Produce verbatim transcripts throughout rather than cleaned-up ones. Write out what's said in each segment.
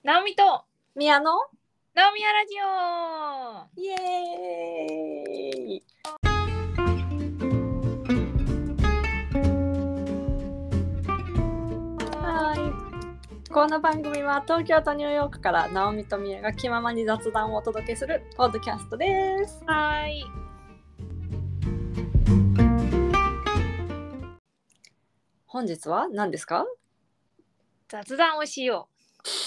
ナオミと宮野ナオミヤラジオ。 イエーイ。はい。この番組は東京とニューヨークからナオミと宮が気ままに雑談をお届けするポッドキャストです。 はい。 本日は何ですか？ 雑談をしよ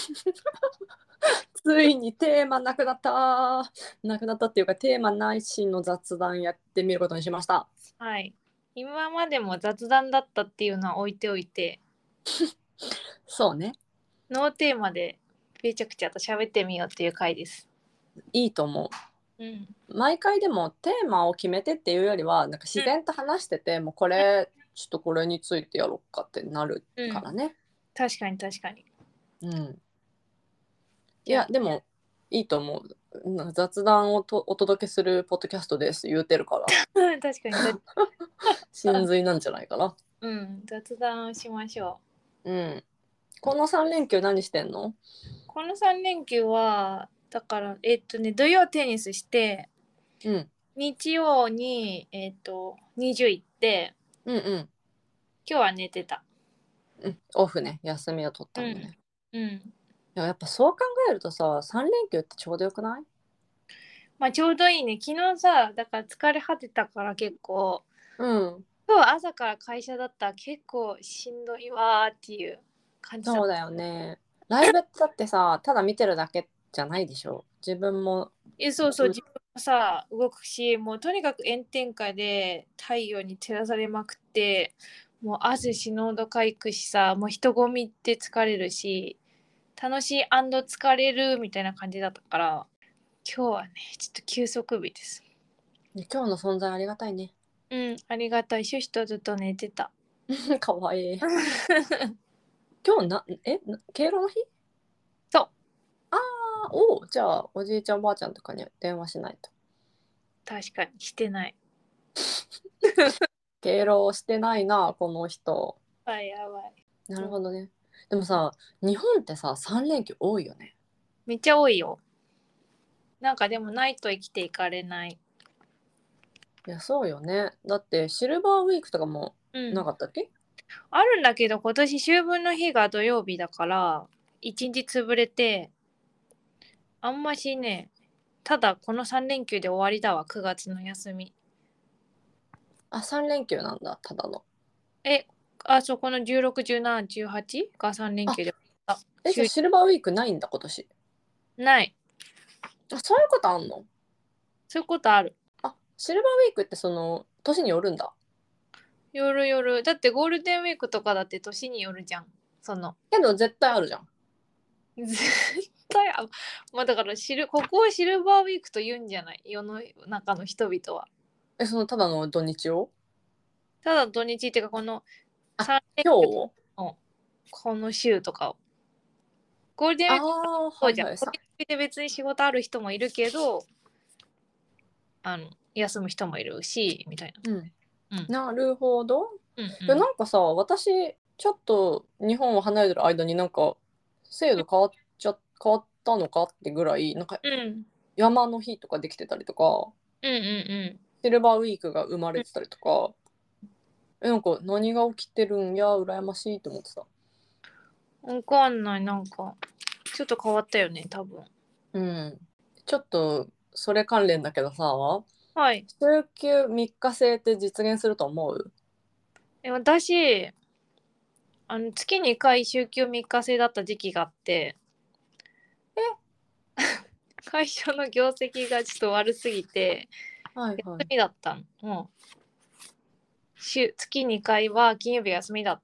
ついにテーマなくなったなくなったっていうか、テーマないしの雑談やってみることにしました。 う。はい。今までも雑談だったっていうのは置いておいて、 そうね、 ノーテーマでめちゃくちゃと喋ってみようっていう回です。 いいと思うん。 う。毎回でもテーマを決めてっていうよりは、なんか自然と話してて、もうこれちょっとこれについてやろうかってなるうん。 からね。 確かに確かに。 うん。いじゃあ、 やでもいいと思う。なんか雑談をとお届けするポッドキャストです言うてるから確かに確か真髄なんじゃないかな。 に。うん。雑談をしましょうん。このさん連休何してんの？ う。このさん連休は、だから、えっとね、土曜テニスして、 うん。 日曜に、えっと、にじゅう行って、 うんうん今日は寝てた。 うん。オフね、休みを取ったうん。 のね。 うん。 いや、やっぱそう考えるとさ、さん連休ってちょうどよくない？ まあちょうどいいね。昨日さ、だから疲れ果てたから結構、 うん。 今日朝から会社だったら結構しんどいわーっていう感じだった。 そうだよね。ライブだってさ、ただ見てるだけじゃないでしょ。自分も。 え、そうそう、 うん。 自分もさ、動くし、もうとにかく炎天下で太陽に照らされまくって、もう汗死ぬほどかいくしさ、もう人混みって疲れるし、楽しい疲れるみたいな感じだったから、今日はね、ちょっと休息日です。 今日の存在ありがたいね。 うん、ありがたい。シュシュとずっと寝てた。 かわいい。今日な、え、な敬老の日？ そう。 ああ、おう、じゃあおじいちゃんおばあちゃんとかに電話しないと。 確かにしてない。 敬老してないなこの人。 あ、やばい。 なうん、 るほどね。でもさ、日本ってささん連休多いよね。 めっちゃ多いよ。なんかでもないと生きていかれない。 いやそうよね。だってシルバーウィークとかもうん。 なかったっけ？ あるんだけど、今年秋分の日が土曜日だから、一日潰れて、あんましね、ただこのさん連休で終わりだわ、くがつの休み。 あ、さん連休なんだ、ただの。 え、あそこのじゅうろく、じゅうなな、じゅうはちがさん連あ、 休で終わった。 え、じゃあ週シルバーウィークないんだ今年？ ない。 あ、そういうことあんの？ そういうことある。 あ、シルバーウィークってその年によるんだ。 夜夜。だってゴールデンウィークとかだって年によるじゃん。その。 けど絶対あるじゃん。 絶対あ、まあだからシル、ここをシルバーウィークと言うんじゃない世の中の人々は。 え、そのただの土日を？ ただ土日っていうかこのあ、 さん連休今日を？ のこの週とかを。ゴールデンウあィークあー、 そうじゃん。 はいはい。さゴールデンウィークで別に仕事ある人もいるけど、あの、休む人もいるし、みたいうん。 な。うん。 なるほど。 うんいや、 うん。 なんかさ、私、ちょっと日本を離れてる間になんか、制度変わっちゃ、変わったのかってぐらい、なんかうん。 山の日とかできてたりとか、 うんうんシルバーウィークが生まうん。 れてたりとか、え、なんか何が起きてるんや、羨ましいと思ってた。 わかんない。なんか、ちょっと変わったよね、多分。 うん。ちょっと、それ関連だけどさ、 はい。 週休みっか制って実現すると思う？ え、私、あの、月にかい週休みっか制だった時期があって、会社の業績がちょっと悪すぎて、休はいはい。 みだったの。もう週月にかいは金曜日休みだって、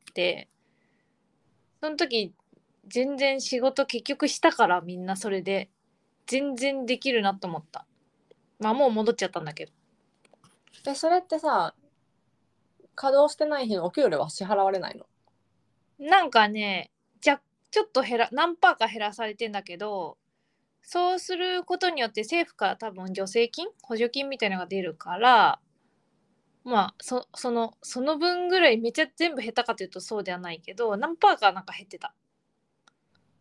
その時、全然仕事結局したからみんなそれで、全然できるなと思った。まあもう戻っちゃったんだけど。 え、それってさ、稼働してない日のお給料は支払われないの？ なんかね、じゃ、ちょっと減ら、何パーか減らされてんだけど、そうすることによって政府から多分助成金補助金みたいなのが出るから、まあそそのその分ぐらいめっちゃ全部減ったかというとそうではないけど何パーかなんか減ってた。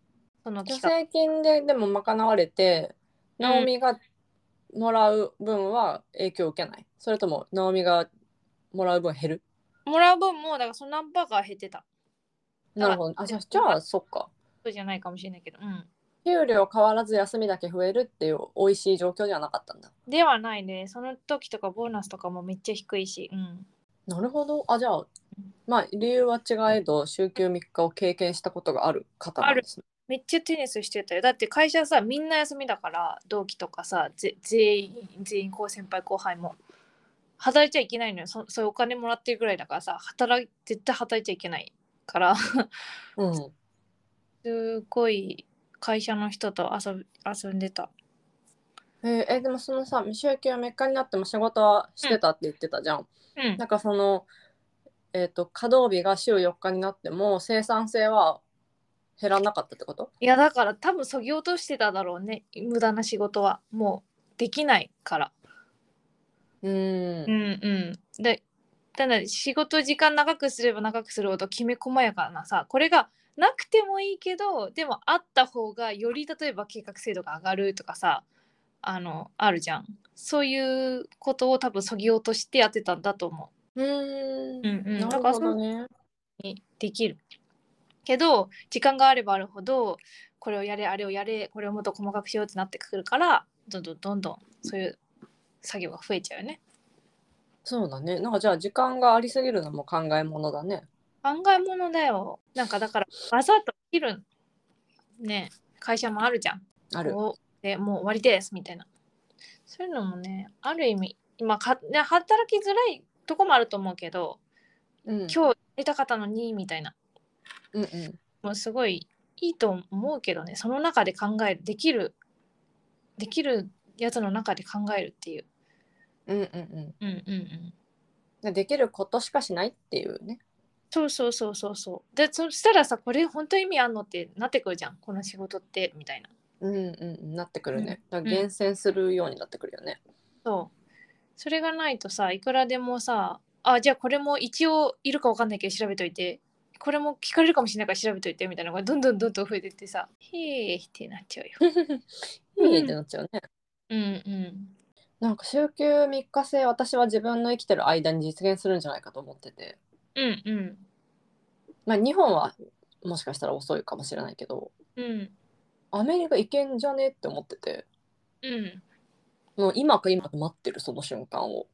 助その期間。 成金ででも賄われて、 うんナオミがもらう分は影響を受けない？それともナオミがもらう分減る？ もらう分もだからその何パーか減ってた。だからなるほど。あ、じゃあ、じゃあそっか。 そうじゃないかもしれないけど、うん。 給料変わらず休みだけ増えるっていう美味しい状況じゃなかったんだ。 ではないね。その時とかボーナスとかもめっちゃ低いし、うん。 なるほど。あ、じゃあ、まあ理由は違えど週休みっかを経験したことがある方ある。 なんですね。 めっちゃテニスしてたよ。だって会社さ、みんな休みだから、同期とかさ、ぜ全員、全員こう先輩後輩も。働いちゃいけないのよ。そそういうお金もらってるぐらいだからさ、働い絶対働いちゃいけないから、 うん。 すごい会社の人と遊び遊んでた。 えーえでもそのさ、週休みっかになっても仕事はしてたって言ってたじゃん。 うん。 なんかその、えっと、稼働日が週よっかになっても生産性は減らなかったってこと？ いやだから多分そぎ落としてただろうね。無駄な仕事はもうできないから。 うーうんん。 うん。で、ただ仕事時間長くすれば長くするほどきめ細やかなさ、これがなくてもいいけど、でもあった方がより例えば計画精度が上がるとかさ、あの、あるじゃん。そういうことを多分そぎ落としてやってたんだと思うーう。 ん。 うんうん。 なるだからそういうふうほどね。 にできる。けど、時間があればあるほど、これをやれ、あれをやれ、これをもっと細かくしようってなってくるから、どんどんどんどんそういう作業が増えちゃうよね。 そうだね。なんかじゃあ時間がありすぎるのも考えものだね。 考え物だよ。なんかだから、わざと切るね、会社もあるじゃん。 ある。 こうでもう終わりですみたいな。そういうのもね、ある意味、今か、ね、働きづらいとこもあると思うけど、 うん。 今日やりたかったのにみたいな。 うんうん。 もうすごいいいと思うけどね、その中で考える、できる、できるやつの中で考えるっていう。 うんうんうんうんうんうん。 で。できることしかしないっていうね。 そうそうそうそうそう。で、そしたらさ、これ本当意味あんのってなってくるじゃん。この仕事ってみたいな。 うんうんうんなってくるね。だからうん。 厳選するようになってくるよね。 そう。それがないとさ、いくらでもさ、あ、じゃあこれも一応いるかわかんないけど調べといて、これも聞かれるかもしれないから調べといてみたいなのがどんどんどんどん増えてってさ、へーってなっちゃうよ。 いいってなっちゃうね。 うんうんなんか週休みっか制、私は自分の生きてる間に実現するんじゃないかと思ってて。 うんうんまあ日本はもしかしたら遅いかもしれないけど、 うんアメリカ行けんじゃねって思ってて、 うん。 もう今か今か待ってるその瞬間を。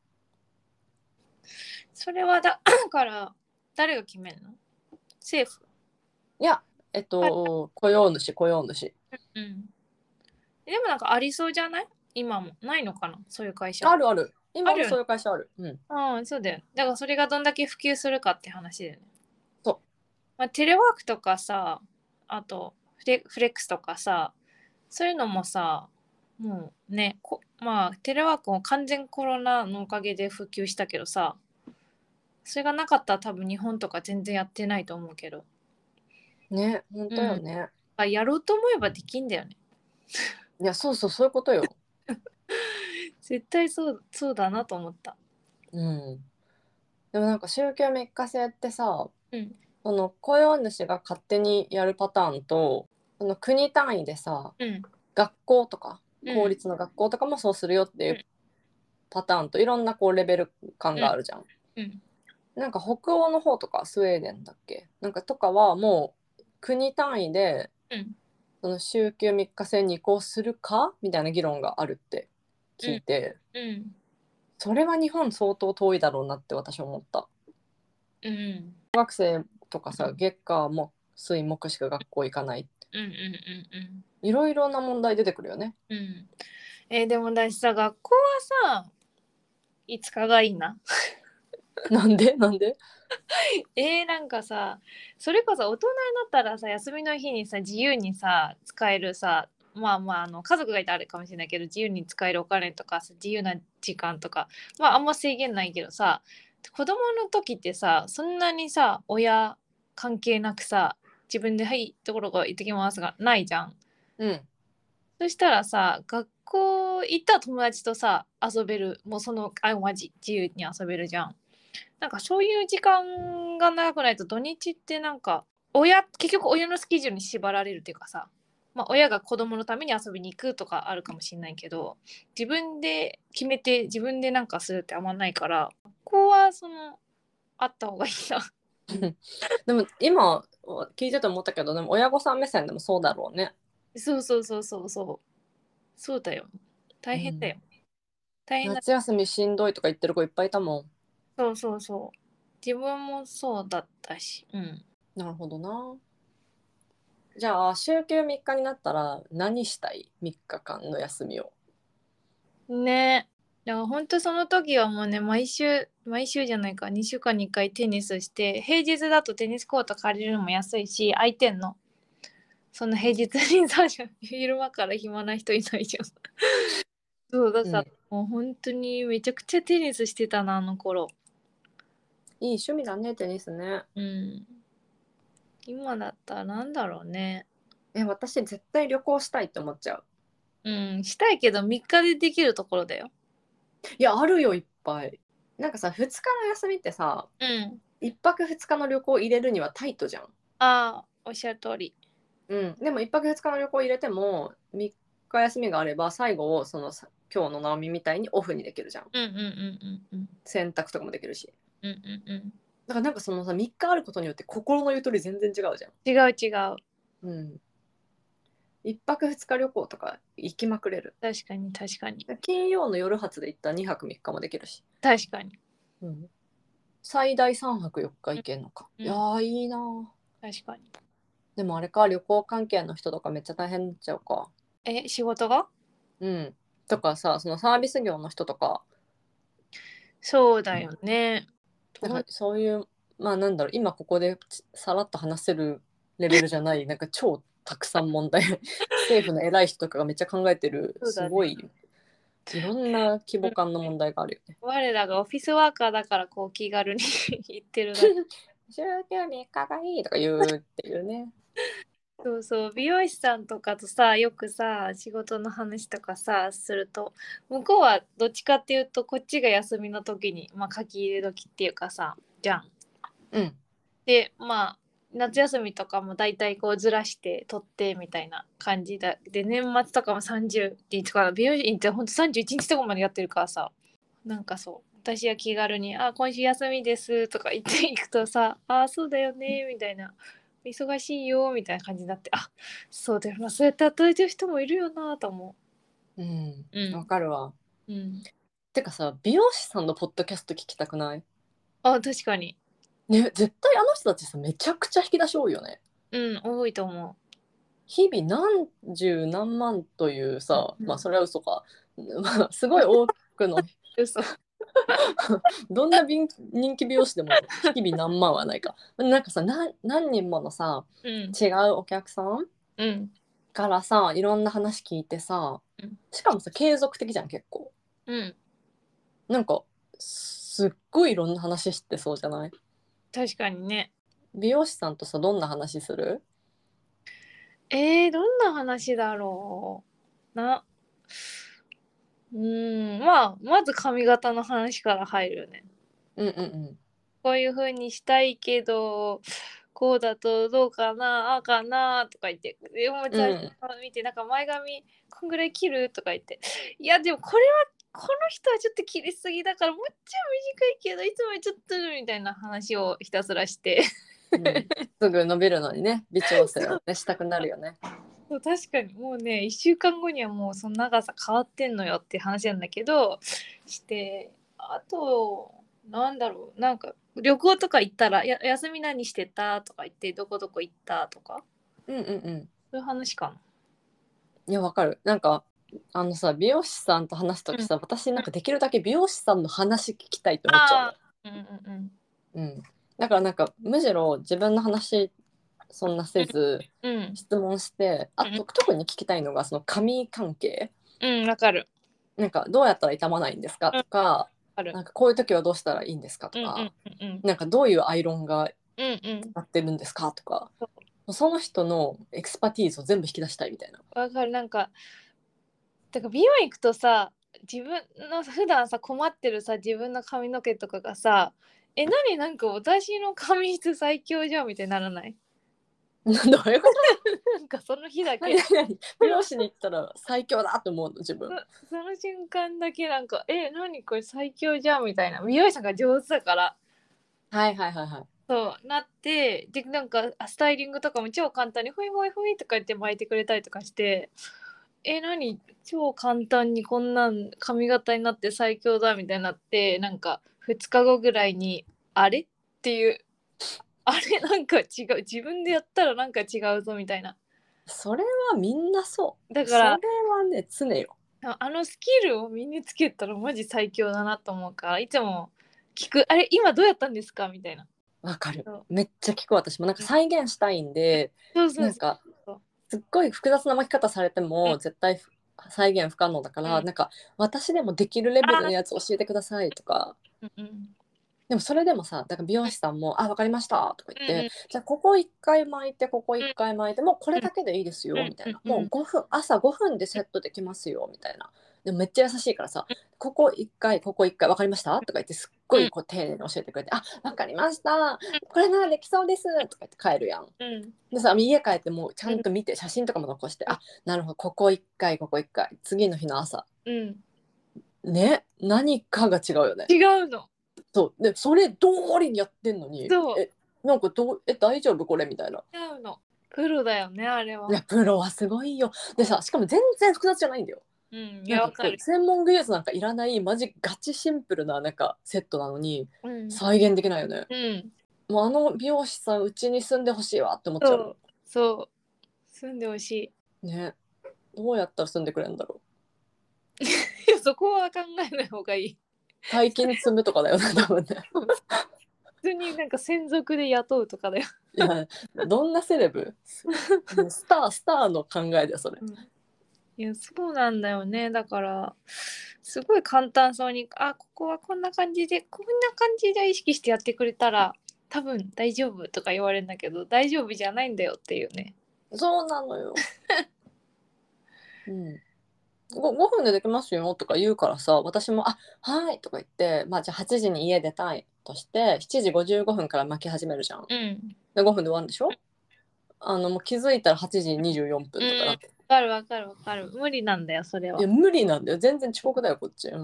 それはだから誰が決めるの？政府？ いや、えっあ、 と、雇用主、雇用主。 うん。でもなんかありそうじゃない？今もないのかなそういう会社。 あるある。 あるよね。 今もそういう会社ある。うん。 うん、そうだよ。だからそれがどんだけ普及するかって話だよね。 そまあ、テレワークとかさ、あとフレ、フレックスとかさ、そういうのもさ、もうね、こまあ、テレワークも完全コロナのおかげで普及したけどさ、それがなかったら多分日本とか全然やってないと思うけど、 う。ね、本当ようん。 ね。 あ、やろうと思えばできんだよね。 いや、そうそう、そういうことよ。 絶対そう、そうだなと思った。 うん。でもなんか週休みっか制ってさ、 うん。 その雇用主が勝手にやるパターンと、その国単位でさ、 うん。 学校とか、 うん。 公立の学校とかもそうするよっていうん。 うパターンといろんなこうレベル感うん。 があるじゃん。 うん。 なんか北欧の方とかスウェーデンだっけなんかとかはもう国単位でうん。 その週休みっか制に移行するかみたいな議論があるってうん。 聞いて、 うん。 それは日本相当遠いだろうなって私は思った。 うん。 小学生とかさ、月火も水木しか学校行かない。 うん。うん。うん。 いろいろな問題出てくるよね。 うん。えーでも私さ、学校はさ、いつかがいいな。 なんでなんでえー、なんかさ、それこそ大人になったらさ、休みの日にさ、自由にさ、使えるさ、まあまあ、あの家族がいたらあれかもしれないけど、自由に使えるお金とかさ、自由な時間とか、まああんま制限ないけどさ、子供の時ってさ、そんなにさ、親関係なくさ、自分ではいところが行ってきますがないじゃん。 うん。 そしたらさ、学校行ったら友達とさ、遊べる、もうその、あ、マジ自由に遊べるじゃん。なんかそういう時間が長くないと土日ってなんか親結局親のスケジュールに縛られるっていうかさ、 まあ、親が子供のために遊びに行くとかあるかもしれないけど、自分で決めて自分でなんかするってあんまないから、ここはそのあった方がいいな。 でも今聞いてて思ったけど、でも親御さん目線でもそうだろうね。 そうそうそうそうそうそうだよ。大変だよ。 うん、 大変だ。 夏休みしんどいとか言ってる子いっぱいいたもん。 そうそうそう。自分もそうだったし。うん。 なるほどな。じゃあ週休みっかになったら何したい？ みっ 日間の休みを。 ね。だから本当その時はもうね、毎週、毎週じゃないか、にしゅうかんにいっかいテニスして、平日だとテニスコート借りるのも安いし、空いてんの。そんな平日にさ、昼間から暇な人いないじゃん。そう、だからうん、 もう本当にめちゃくちゃテニスしてたな、あの頃。 いい趣味だね、テニスね。 うん。今だったらなんだろうね。 え、私絶対旅行したいって思っちゃう。 うん、したいけどみっかでできるところだよ。 いや、あるよ、いっぱい。なんかさ、ふつかの休みってさ、 うん。 いっぱくふつかの旅行入れるにはタイトじゃん。 ああ、おっしゃる通り。 うん。でもいっぱくふつかの旅行入れても、みっか休みがあれば、最後をそのさ今日のナオミみたいにオフにできるじゃん。 うんうんうんうん洗濯とかもできるし。 うんうんうんだからなんかそのさ、みっかあることによって心のゆとり全然違うじゃん。 違う違う。 うん。いっぱくふつか旅行とか行きまくれる。 確かに確かに。 金曜の夜発で行ったらにはくみっかもできるし。 確かに。 うん。最大さんぱくよっか行けんのか。 うん、 いやー、いいなー。 確かに。 でもあれか、旅行関係の人とかめっちゃ大変になっちゃうか。 え、仕事が？ うん。とかさ、そのサービス業の人とか、 そうだよね。 なんかそういう、まあなんだろう、今ここでさらっと話せるレベルじゃない、なんか超たくさん問題、政府の偉い人とかがめっちゃ考えてる、 そうだね。 すごい、いろんな規模感の問題があるよね。 我らがオフィスワーカーだからこう気軽に言ってるだけ。 週休みっかがいいとか言うっていうね。 そうそう、美容師さんとかとさ、よくさ、仕事の話とかさ、すると、向こうはどっちかっていうと、こっちが休みの時に、まあ書き入れ時っていうかさ、じゃん。 うん。 で、まあ、夏休みとかもだいたいこうずらして取ってみたいな感じだ。で、年末とかもさんじゅうにちとか、美容院ってほんとさんじゅういちにちとかまでやってるからさ、なんかそう、私は気軽に、あ、今週休みですとか言っていくとさ、あ、そうだよね、みたいな。忙しいよ、みたいな感じになって、あ、そうだよな、そうやって働いてる人もいるよな、と思うん。 う。うわん。 かるわ。 うん。 てかさ、美容師さんのポッドキャスト聞きたくない？ あ、確かに。 ね、絶対あの人たちさ、めちゃくちゃ引き出し多いよね。 うん、多いと思日々何十何万というさ、 うんまあそれは嘘か。まあすごい多くの、 う。嘘。 どんなびん人気美容師でも日々何万はないか。なんかさ、な何人ものさ、 うん。 違うお客さんうん。 からさ、いろんな話聞いてさ、 うんしかもさ、継続的じゃん、結構。 うん。 なんか、すっごいいろんな話してそうじゃない？ 確かにね。 美容師さんとさ、どんな話する？ えー、どんな話だろう。な、うーん、まあ、まず髪型の話から入るよね。 うんうんこういう風にしたいけど、こうだとどうかな、ああかなとか言って、でもうん。う最ん。 初見て、なんか前髪こんぐらい切るとか言って、いや、でもこれは、この人はちょっと切りすぎだから、もうちょい短いけど、いつもよりちょっとみたいな話をひたすらして。 うん、すぐ伸びるのにね、微調整を、ね、したくなるよね。 そう確かにもうねいっしゅうかんごにはもうその長さ変わってんのよって話なんだけどして、あとなんだろう、なんか旅行とか行ったらや休み何してたとか言ってどこどこ行ったとかうんうんうん。 そういう話かな。 いや、わかる。なんか、あのさ、美容師さんと話すときさ、私なんかできるだけ美容師さんの話聞きたいって思っちゃうの。 ああー、うんうんうん。だからなんか、むしろ自分の話そんなせず、 うんうん質問して、あと特に聞きたいのがその髪関係。 うんわかる。 なんかどうやったら傷まないんですかうんわとか、 かる。 なんかこういう時はどうしたらいいんですかとうんうんか、 うんなんかどういうアイロンがうんうん合ってるんですかとか、 そうその人のエクスパティーズを全部引き出したいみたいな。 わかる。なんかだから美容院行くとさ、自分の普段さ困ってるさ自分の髪の毛とかがさ、え何なんか私の髪質最強じゃんみたいにならない？ どういうこなんかその日だと？ け何何美容師に行ったら最強だと思うの自分。 そその瞬間だけなんかえ何これ最強じゃんみたいな、美容師さんが上手だからはいはいはいはい。 そうなって、でなんかあスタイリングとかも超簡単にふいふいふいとか言って巻いてくれたりとかして、え何超簡単にこんなん髪型になって最強だみたいになって、なんかふつかごぐらいにあれっていう、あれなんか違う、自分でやったらなんか違うぞみたいな。 それはみんなそう。 だからそれはね常よ。 ああのスキルを身につけたらマジ最強だなと思うから、いつも聞く、あれ今どうやったんですかみたいな。 わかる。 そうめっちゃ聞く。私もなんか再現したいんで、 そうそうそなんかうすっごい複雑な巻き方されてうんも絶対再現不可能だから、 うんなんか私でもできるレベルのあやつ教えてくださいとか。 うんうんでもそれでもさ、だから美容師さんも「あ、わかりました」とか言ってうんうん 「じゃあここいっかい巻いてここ1 うん回巻いてもうこれうんだけでいいですよ」 うんみたいな「もううんごふん朝ごふんでセットできますよ」みたいな。でもめっちゃ優しいからさ「ここいっかいここいっかいわかりました?」とか言ってすっごいこう丁寧に教えてくれて「あ、わかりましたこれならできそうです」とか言って帰るやん。 うんでさ家帰ってもうちゃうんんと見て写真とかも残してうん 「あ、なるほどここいっかいここいっかい次の日の朝」 うんね、何かが違うよね。 違うの。 そうでそれ通りにやってんのにそうえなんかどうえ大丈夫これみたいな。 違うの。プロだよねあれは。 いやプロはすごいよ。でさしかも全然複雑じゃないんだよ。 うんいなんかやわかる。 こう専門技術なんかいらないマジガチシンプルななんかセットなのにうん再現できないよね。 うんもうあの美容師さんうちに住んでほしいわって思っちゃそうそう住んでほしうね。どうやったら住んでくれるんだろう。 い。いやそこは考えない方がいい。 大金積むとかだよね多分ね。 普通になんか専属で雇うとかだよ。 いやどんなセレブスタースターの考えだよそれ。 うんいやそうなんだよね。だからすごい簡単そうにあここはこんな感じでこんな感じで意識してやってくれたら多分大丈夫とか言われるんだけど大丈夫じゃないんだよっていうね。 そうなのよ。うん、ご, ごふんでできますよとか言うからさ私も「あはい」とか言って、まあ、じゃあはちじに家出たいとしてしちじごじゅうごふんから巻き始めるじゃん。 うんでごふんで終わるんでしょ。あのもう気づいたらはちじにじゅうよんぷんとかなって、 わかるわかるわかる無理なんだよそれは。 いや無理なんだよ全然遅刻だよこっち、うん、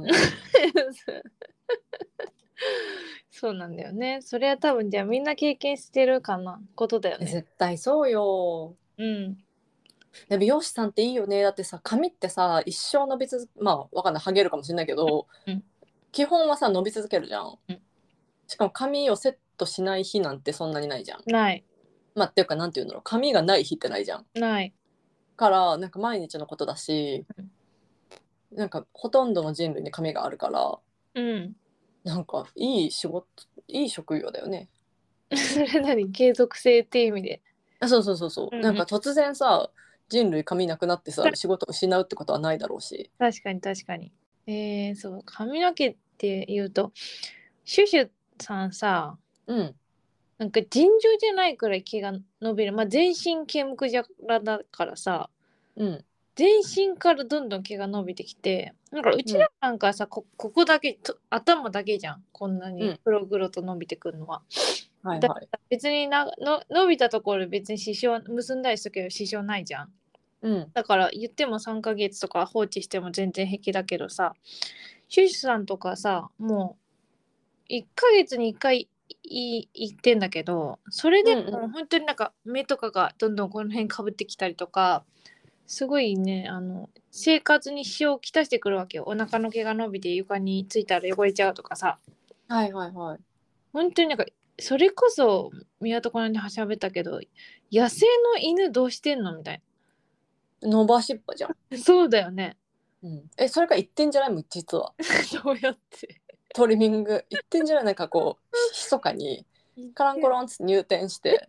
そうなんだよね。それは多分じゃあみんな経験してるかなことだよね。 絶対そうよ。 うんで美容師さんっていいよね。だってさ髪ってさ一生伸び続けまあわかんないハゲるかもしれないけど、 うん、 基本はさ伸び続けるじゃん、 うん、 しかも髪をセットしない日なんてそんなにないじゃん。 ないまあっていうかなんていうんだろう髪がない日ってないじゃん。 ない。 からなんか毎日のことだし、 うんなんかほとんどの人類に髪があるからうんなんかいい仕事いい職業だよね。 それ何継続性っていう意味で。 あそうそうそうそう、 うんうんなんか突然さ人類髪なくなってさ仕事失うってことはないだろうし。 確かに確かに。えー、そう髪の毛って言うとシュシュさんさうんなんか尋常じゃないくらい毛が伸びる。まあ全身毛むくじゃらだからさうん全身からどんどん毛が伸びてきてなんかうちらなんかさ、こ, ここだけと頭だけじゃんこんなに黒々と伸びてくるのは。だはいはい。 別になの伸びたところ別に支障結んだりしとけば支障ないじゃん。 うんだから言ってもさんかげつとか放置しても全然平気だけどさシュシュさんとかさもういっかげつにいっかいい行ってんだけどそれでうんうんも本当になんか目とかがどんどんこの辺かぶってきたりとかすごいねあの生活に支障をきたしてくるわけよ。お腹の毛が伸びて床についたら汚れちゃうとかさはいはいはい。 本当になんかそれこそ宮とこの間喋ったけど野生の犬どうしてんのみたい伸ばしっぱじゃん。 な。そうだよね。 うん、えそれから言ってんじゃないもん実は。 どうやってトリミング言ってんじゃないなんかこうひそかにカランコロンっつって入店して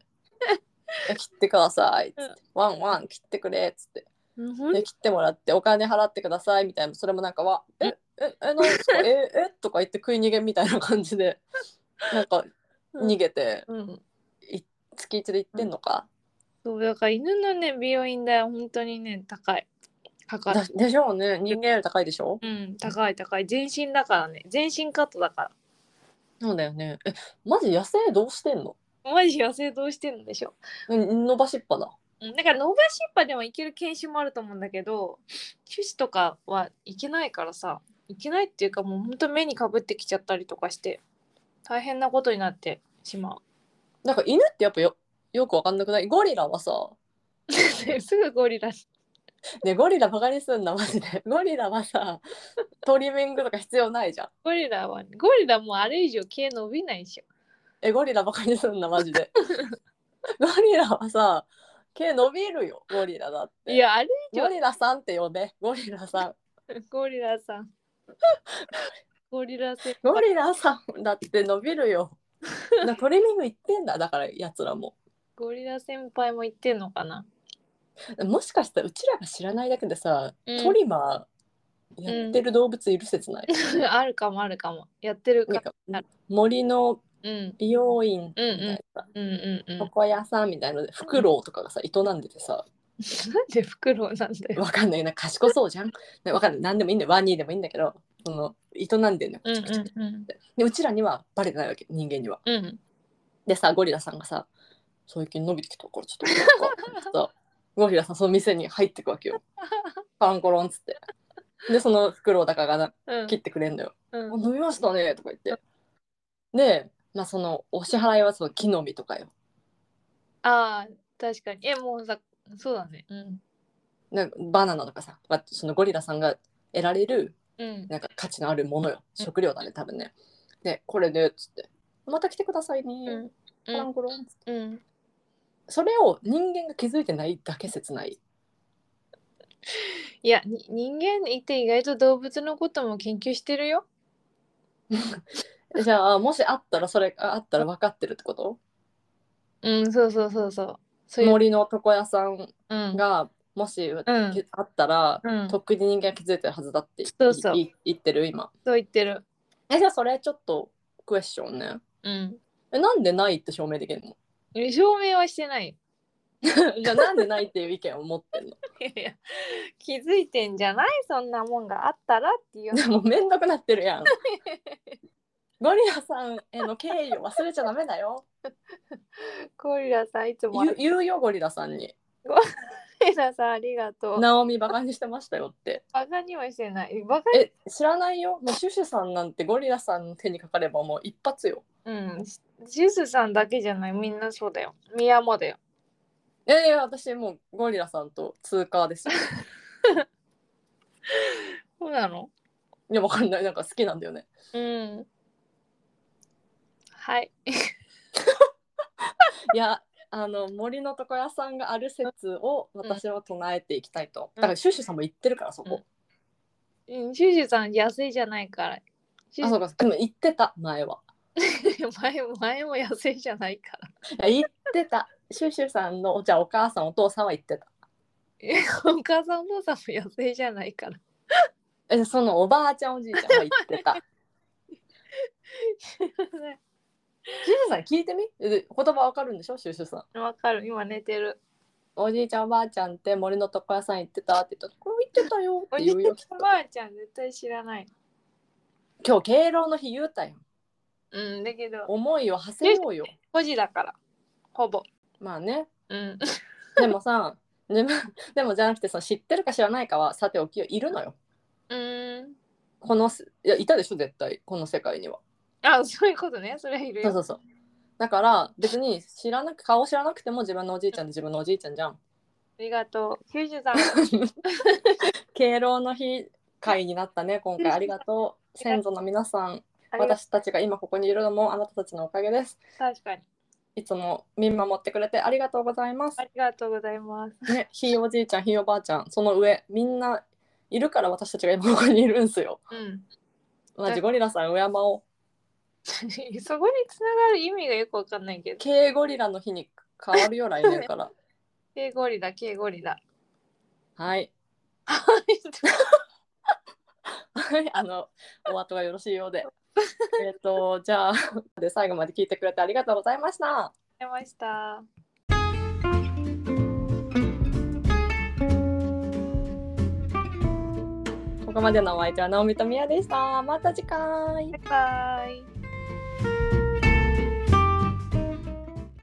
「え切ってください」っつって「ワンワン切ってくれ」っつってうんで切ってもらってお金払ってくださいみたいなそれもなんかは「ええええなんですかええとか言って食い逃げみたいな感じでなんか逃げて、 うんい月一で行ってんのか、 そうだから犬のね美容院代は本当にね高いかかる。 だでしょうね人間より高いでしょ。 うん高い高い全身だからね全身カットだから。 そうだよね。えマジ野生どうしてんの。 マジ野生どうしてんのでしょ。 うん伸ばしっぱだ。 うんだから伸ばしっぱでもいける犬種もあると思うんだけど、種子とかはいけないからさ、いけないっていうかもうほんと目にかぶってきちゃったりとかして大変なことになってしまう。 なんか犬ってやっぱ よ, よくわかんなくない？ゴリラはさ、 すぐゴリラ。 ね、ゴリラバカにすんなマジで。ゴリラはさトリミングとか必要ないじゃん。 ゴリラは、ゴリラもうあれ以上毛伸びないでしょ。 えゴリラバカにすんなマジで。ゴリラはさ毛伸びるよ。ゴリラだって。 いや、あれ以上ゴリラさんって呼べ。ゴリラさん。 ゴリラさん。ゴリラ先ゴ輩。 リラさんだって伸びるよ。なトリミング言ってんだ。だからやつらも。 ゴリラ先輩も言ってんのかな。 もしかしたらうちらが知らないだけでさ、 うんトリマーやってる動物いる説ない？ あるかもあるかも。やってるかなんかある。 森のうん。 美容院みたうんいなさ、 うんうんうん。 床屋さんみたいなのでフクロウとかがさ営んでてさ、 なんでフクロウなんだよ。 わかんないな、賢そうじゃん。ねわかんない、何でもいいんだよ、ワニーでもいいんだけど、その営んでんのよ。 うんうんうん。 でうちらにはバレてないわけ、人間には。 うん。 でさ、ゴリラさんがさ、最近伸びてきたからちょっと見ようかってさ、ゴリラさんその店に入ってくわけよ。カランコロンっつって。でそのフクロウだかがなうん切ってくれんのよ。 うんあ飲みましたねとか言って。で、まあ、そのお支払いはその木の実とかよ。 ああ、確かに。え、もうさ、そうだね。うん。 なんかバナナとかさ、まあ、そのゴリラさんが得られるうん。 なんか価値のあるものよ。食料だね、多分ね。で、これでっつって、また来てくださいね。 うん。 カランコロンっつって。 うん。 それを人間が気づいてないだけ切ない。 いや、に人間って意外と動物のことも研究してるよ。 じゃあ、もしあったら、それがあったら分かってるってこと？ うん、そうそうそうそう。そういう。 森の床屋さんうん。 がもしんあったら、 うんとっくに人間が気づいてるはずだってそうそういい言ってる今。 そう言ってる。 え、じゃあそれちょっとクエスチョンね。 うん。 え、なんでないって証明できるの？ え証明はしてないよ。 じゃあなんでないっていう意見を持ってんの？ いやいや気づいてんじゃない？そんなもんがあったらっていう。 でもめんどくなってるやん。ゴリラさんへの敬意を忘れちゃダメだよ。 ゴリラさんいつも言う言うよゴリラさんに。 ゴリラさんありがとう。 ナオミバカにしてましたよって。 バカにはしてない。バカに。 え、知らないよ。もうシュシュさんなんてゴリラさんの手にかかればもう一発よ。 うん。ジュースさんだけじゃない。みんなそうだよ。ミヤもだよ。 いやいや、私もうゴリラさんと通過ですよ。 そうなの？ いや、わかんない。なんか好きなんだよね。 うん。はい。 いや、あの森の床屋さんがある説を私は唱えていきたいと。だからシュシュさんも言ってるからそこ。 うん。シュシュさん安いじゃないから。 あ、そうか。でも言ってた前は。 前も前も安いじゃないから。 いや言ってた。シュシュさんのじゃあお母さんお父さんは言ってた。 えお母さんお父さんも安いじゃないから。 え、そのおばあちゃんおじいちゃんは言ってた。シュシュさん聞いてみ。言葉わかるんでしょシュシュさん。 わかる。今寝てる。 おじいちゃんおばあちゃんって森の床屋さん行ってたって言ったら、これ言ってたよって言うよ。 おじいちゃんおばあちゃん絶対知らない。 今日敬老の日言うたよ。 うんだけど思いを馳せようよ。 ごじだからほぼ。 まあね。 うん。 でもさ、でもでもじゃなくてさ、知ってるか知らないかはさておきいるのよ。 うーん。 このいやいたでしょ絶対この世界には。 あ、そういうことね。それはいるよ。 そうそうそう。だから別に知らなく顔知らなくても自分のおじいちゃんって自分のおじいちゃんじゃん。 ありがとう。きゅうじゅうさん。 敬老の日会になったね今回。ありがとう。先祖の皆さん、私たちが今ここにいるのもあなたたちのおかげです。 確かに。 いつも見守ってくれてありがとうございます。 ありがとうございます。 ね、ひいおじいちゃんひいおばあちゃんその上みんないるから私たちが今ここにいるんすよ。 うん。 マジゴリラさん敬おう。 そこにつながる意味がよくわかんないけど。 K ゴリラの日に変わるよ来年から。 K ゴリラ K ゴリラ。 はい。はい、あのお後がよろしいようで。えっとじゃあで最後まで聞いてくれてありがとうございました。 ありました。 ここまでのお相手はナオミとミヤでした。また次回。 バイバイ。